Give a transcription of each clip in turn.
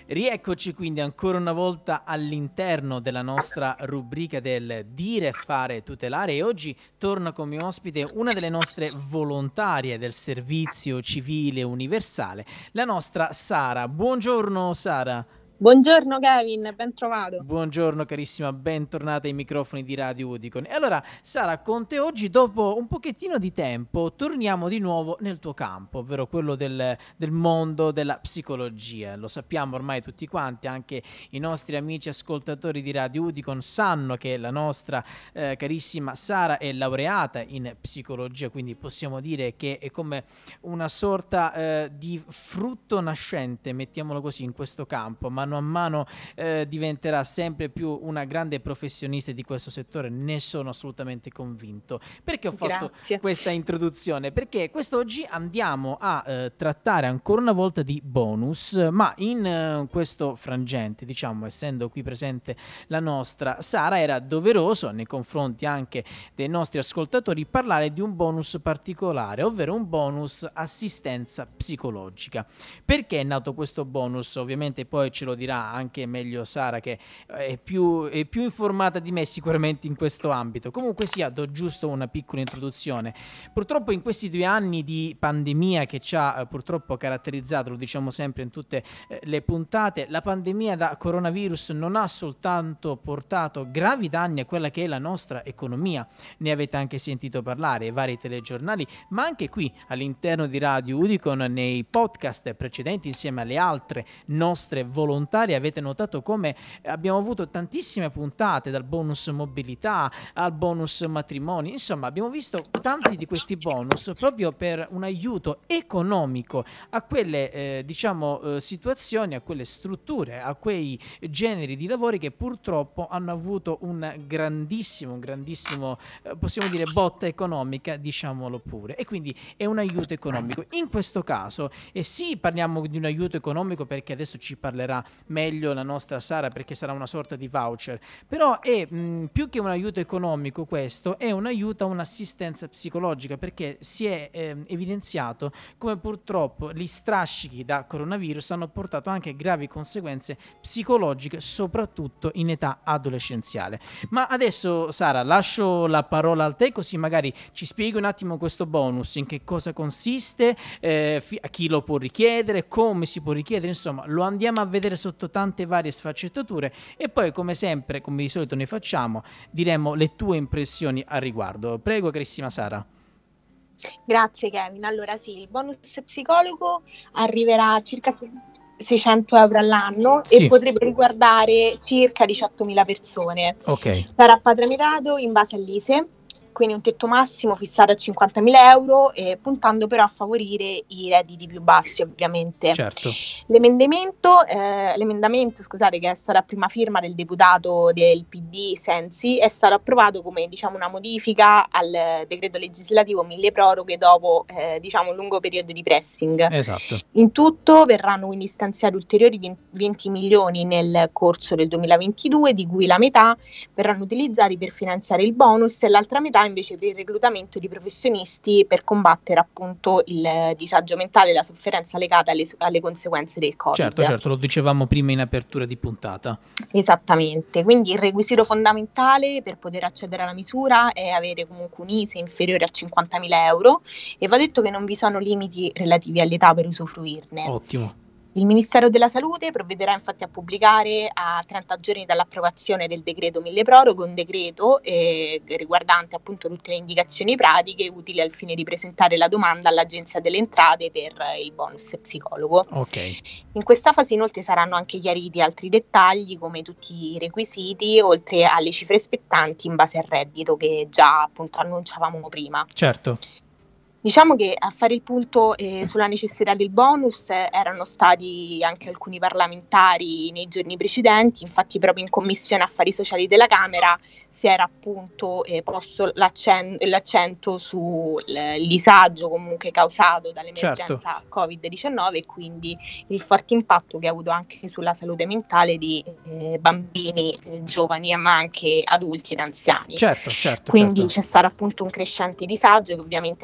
Rieccoci quindi ancora una volta all'interno della nostra rubrica del dire, fare, tutelare e oggi torna come ospite una delle nostre volontarie del servizio civile universale, la nostra Sara. Buongiorno Sara. Buongiorno Kevin, ben trovato. Buongiorno carissima, bentornata ai microfoni di Radio Udicon. E allora Sara, con te oggi dopo un pochettino di tempo torniamo di nuovo nel tuo campo, ovvero quello del mondo della psicologia. Lo sappiamo ormai tutti quanti, anche i nostri amici ascoltatori di Radio Udicon sanno che la nostra carissima Sara è laureata in psicologia, quindi possiamo dire che è come una sorta di frutto nascente, mettiamolo così, in questo campo, ma a mano diventerà sempre più una grande professionista di questo settore, ne sono assolutamente convinto. Perché ho fatto questa introduzione? Perché quest'oggi andiamo a trattare ancora una volta di bonus, ma in questo frangente, diciamo, essendo qui presente la nostra Sara, era doveroso nei confronti anche dei nostri ascoltatori parlare di un bonus particolare, ovvero un bonus assistenza psicologica. Perché è nato questo bonus? Ovviamente poi ce lo dirà anche meglio Sara, che è più informata di me sicuramente in questo ambito. Comunque sia, do giusto una piccola introduzione. Purtroppo in questi 2 anni di pandemia che ci ha purtroppo caratterizzato, lo diciamo sempre in tutte le puntate, la pandemia da coronavirus non ha soltanto portato gravi danni a quella che è la nostra economia, ne avete anche sentito parlare ai vari telegiornali, ma anche qui all'interno di Radio Udicon nei podcast precedenti insieme alle altre nostre volontarie avete notato come abbiamo avuto tantissime puntate, dal bonus mobilità al bonus matrimoni, insomma abbiamo visto tanti di questi bonus proprio per un aiuto economico a quelle situazioni, a quelle strutture, a quei generi di lavori che purtroppo hanno avuto un grandissimo possiamo dire botta economica, diciamolo pure, e quindi è un aiuto economico. In questo caso sì, parliamo di un aiuto economico perché adesso ci parlerà meglio la nostra Sara, perché sarà una sorta di voucher, però è più che un aiuto economico, questo è un aiuto a un'assistenza psicologica, perché si è evidenziato come purtroppo gli strascichi da coronavirus hanno portato anche gravi conseguenze psicologiche, soprattutto in età adolescenziale. Ma adesso Sara, lascio la parola a te, così magari ci spieghi un attimo questo bonus, in che cosa consiste, a chi lo può richiedere, come si può richiedere, insomma lo andiamo a vedere sotto tante varie sfaccettature e poi, come sempre, come di solito noi facciamo, diremo le tue impressioni al riguardo. Prego carissima Sara. Grazie Kevin. Allora sì, il bonus psicologo arriverà a circa 600 euro all'anno e potrebbe riguardare circa 18.000 persone. Sarà patronirato in base all'ISEE, quindi un tetto massimo fissato a 50.000 euro, puntando però a favorire i redditi più bassi, ovviamente. Certo. L'emendamento, che è stato a prima firma del deputato del PD Sensi, è stato approvato come una modifica al decreto legislativo mille proroghe dopo un lungo periodo di pressing. Esatto. In tutto verranno quindi stanziati ulteriori 20 milioni nel corso del 2022, di cui la metà verranno utilizzati per finanziare il bonus e l'altra metà invece per il reclutamento di professionisti per combattere appunto il disagio mentale e la sofferenza legata alle conseguenze del Covid. Certo, lo dicevamo prima in apertura di puntata. Esattamente, quindi il requisito fondamentale per poter accedere alla misura è avere comunque un ISEE inferiore a 50.000 euro e va detto che non vi sono limiti relativi all'età per usufruirne. Ottimo. Il Ministero della Salute provvederà infatti a pubblicare a 30 giorni dall'approvazione del decreto mille proroghe un decreto riguardante appunto tutte le indicazioni pratiche utili al fine di presentare la domanda all'Agenzia delle Entrate per il bonus psicologo. In questa fase inoltre saranno anche chiariti altri dettagli come tutti i requisiti, oltre alle cifre spettanti in base al reddito che già appunto annunciavamo prima. Certo. Diciamo che a fare il punto sulla necessità del bonus erano stati anche alcuni parlamentari nei giorni precedenti, infatti proprio in Commissione Affari Sociali della Camera si era appunto posto l'accento sul disagio comunque causato dall'emergenza Covid-19 e quindi il forte impatto che ha avuto anche sulla salute mentale di bambini, giovani ma anche adulti ed anziani. Quindi c'è stato appunto un crescente disagio che ovviamente è stato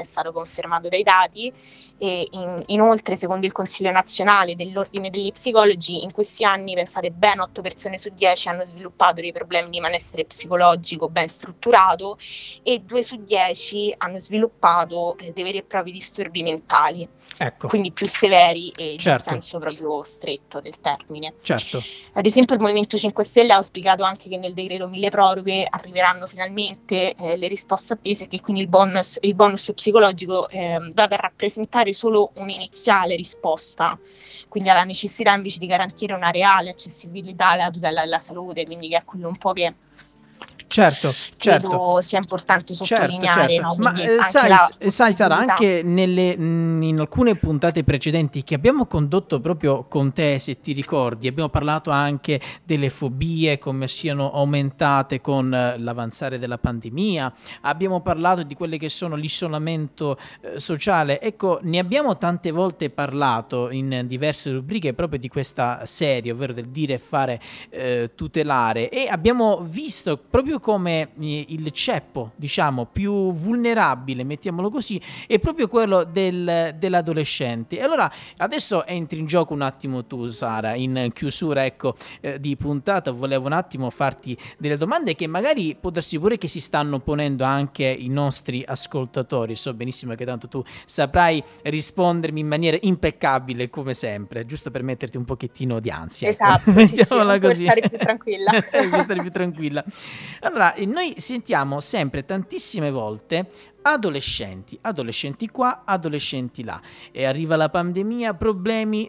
confermato dai dati, e inoltre secondo il Consiglio nazionale dell'Ordine degli Psicologi in questi anni, pensate, ben 8 persone su 10 hanno sviluppato dei problemi di malessere psicologico ben strutturato e 2 su 10 hanno sviluppato dei veri e propri disturbi mentali. Ecco. Quindi più severi e in Certo. senso proprio stretto del termine. Certo. Ad esempio il Movimento 5 Stelle ha auspicato anche che nel decreto mille proroghe arriveranno finalmente le risposte attese e che quindi il bonus psicologico vada a rappresentare solo un'iniziale risposta, quindi alla necessità invece di garantire una reale accessibilità alla tutela della salute, quindi che è quello un po' che certo, credo sia importante sottolineare. certo. No? Ma Quindi sai Sara, anche in alcune puntate precedenti che abbiamo condotto proprio con te, se ti ricordi, abbiamo parlato anche delle fobie, come siano aumentate con l'avanzare della pandemia, abbiamo parlato di quelle che sono l'isolamento sociale. Ecco, ne abbiamo tante volte parlato in diverse rubriche proprio di questa serie, ovvero del dire e fare tutelare, e abbiamo visto proprio come il ceppo, diciamo, più vulnerabile, mettiamolo così, è proprio quello dell'adolescente. E allora adesso entri in gioco un attimo tu, Sara, in chiusura di puntata. Volevo un attimo farti delle domande che magari può darsi pure che si stanno ponendo anche i nostri ascoltatori. So benissimo che tanto tu saprai rispondermi in maniera impeccabile come sempre, giusto per metterti un pochettino di ansia. Esatto, mettiamola così. Per stare più tranquilla. Per stare più tranquilla. Allora, noi sentiamo sempre tantissime volte adolescenti qua, adolescenti là, e arriva la pandemia, problemi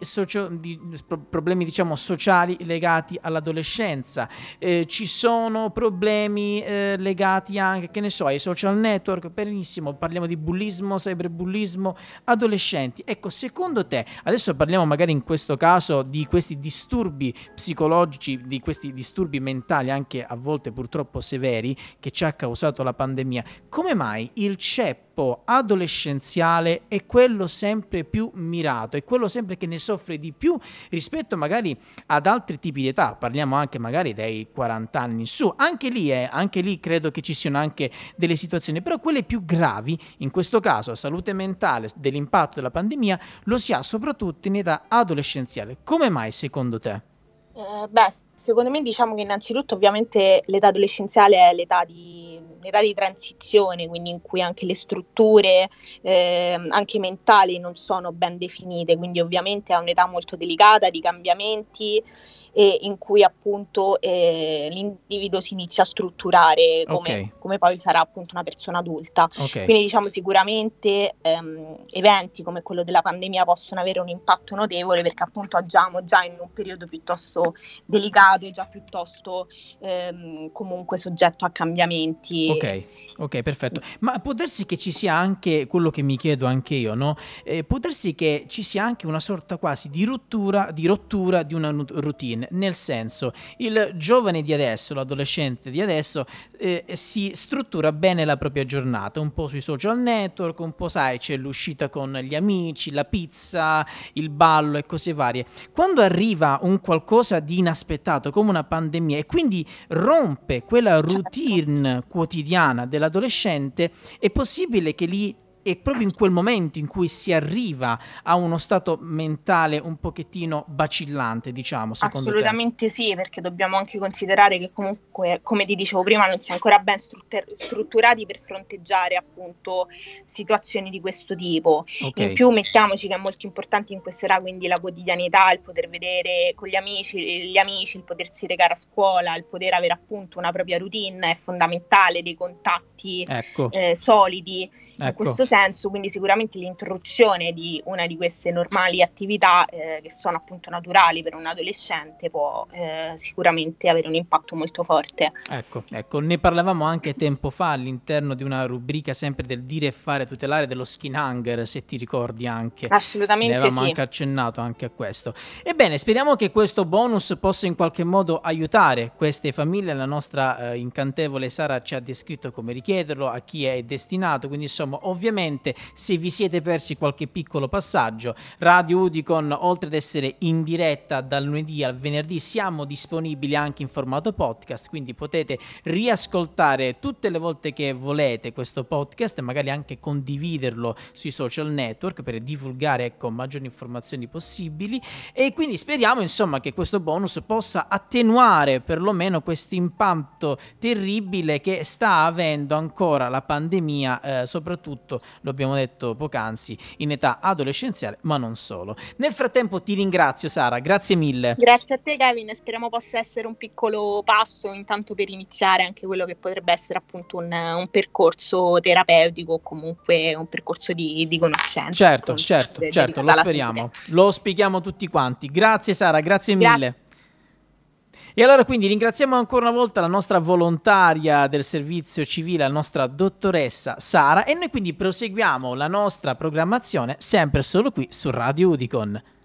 diciamo sociali legati all'adolescenza, ci sono problemi legati anche, che ne so, ai social network. Benissimo, parliamo di bullismo, cyberbullismo, adolescenti. Ecco, secondo te, adesso parliamo magari in questo caso di questi disturbi psicologici, di questi disturbi mentali anche a volte purtroppo severi che ci ha causato la pandemia, come mai il ceppo adolescenziale è quello sempre più mirato, è quello sempre che ne soffre di più rispetto magari ad altri tipi di età? Parliamo anche magari dai 40 anni in su, anche lì credo che ci siano anche delle situazioni, però quelle più gravi, in questo caso salute mentale dell'impatto della pandemia, lo si ha soprattutto in età adolescenziale. Come mai secondo te? Secondo me diciamo che innanzitutto ovviamente l'età adolescenziale è l'età di transizione, quindi in cui anche le strutture anche mentali non sono ben definite, quindi ovviamente è un'età molto delicata di cambiamenti e in cui appunto l'individuo si inizia a strutturare come poi sarà appunto una persona adulta. Quindi diciamo sicuramente eventi come quello della pandemia possono avere un impatto notevole, perché appunto agiamo già in un periodo piuttosto delicato e già piuttosto comunque soggetto a cambiamenti. Ok, perfetto. Ma può darsi che ci sia anche quello che mi chiedo anche io, no? Può darsi che ci sia anche una sorta quasi di rottura di una routine, nel senso, il giovane di adesso, l'adolescente di adesso si struttura bene la propria giornata, un po' sui social network, un po' sai, c'è l'uscita con gli amici, la pizza, il ballo e cose varie. Quando arriva un qualcosa di inaspettato come una pandemia e quindi rompe quella routine quotidiana dell'adolescente, è possibile che lì è proprio in quel momento in cui si arriva a uno stato mentale un pochettino vacillante, diciamo, secondo Assolutamente te? Sì, perché dobbiamo anche considerare che comunque, come ti dicevo prima, non si è ancora ben strutturati per fronteggiare appunto situazioni di questo tipo. In più mettiamoci che è molto importante in questa età, quindi la quotidianità, il poter vedere con gli amici, il potersi recare a scuola, il poter avere appunto una propria routine è fondamentale, dei contatti solidi in questo senso, quindi sicuramente l'interruzione di una di queste normali attività che sono appunto naturali per un adolescente può sicuramente avere un impatto molto forte. Ecco, ne parlavamo anche tempo fa all'interno di una rubrica sempre del dire e fare tutelare, dello skin hunger, se ti ricordi anche. Assolutamente ne avevamo anche accennato anche a questo. Ebbene, speriamo che questo bonus possa in qualche modo aiutare queste famiglie. La nostra incantevole Sara ci ha descritto come richiederlo, a chi è destinato, quindi insomma ovviamente brevemente, se vi siete persi qualche piccolo passaggio, Radio Udicon, oltre ad essere in diretta dal lunedì al venerdì, siamo disponibili anche in formato podcast, quindi potete riascoltare tutte le volte che volete questo podcast e magari anche condividerlo sui social network per divulgare, ecco, maggiori informazioni possibili. E quindi speriamo, insomma, che questo bonus possa attenuare perlomeno questo impatto terribile che sta avendo ancora la pandemia, soprattutto, lo abbiamo detto poc'anzi, in età adolescenziale, ma non solo. Nel frattempo ti ringrazio, Sara, grazie mille. Grazie a te, Kevin, speriamo possa essere un piccolo passo intanto per iniziare anche quello che potrebbe essere appunto un percorso terapeutico o comunque un percorso di conoscenza. Certo, lo speriamo, lo auspichiamo tutti quanti. Grazie Sara, grazie mille. E allora quindi ringraziamo ancora una volta la nostra volontaria del servizio civile, la nostra dottoressa Sara, e noi quindi proseguiamo la nostra programmazione sempre solo qui su Radio Udicon.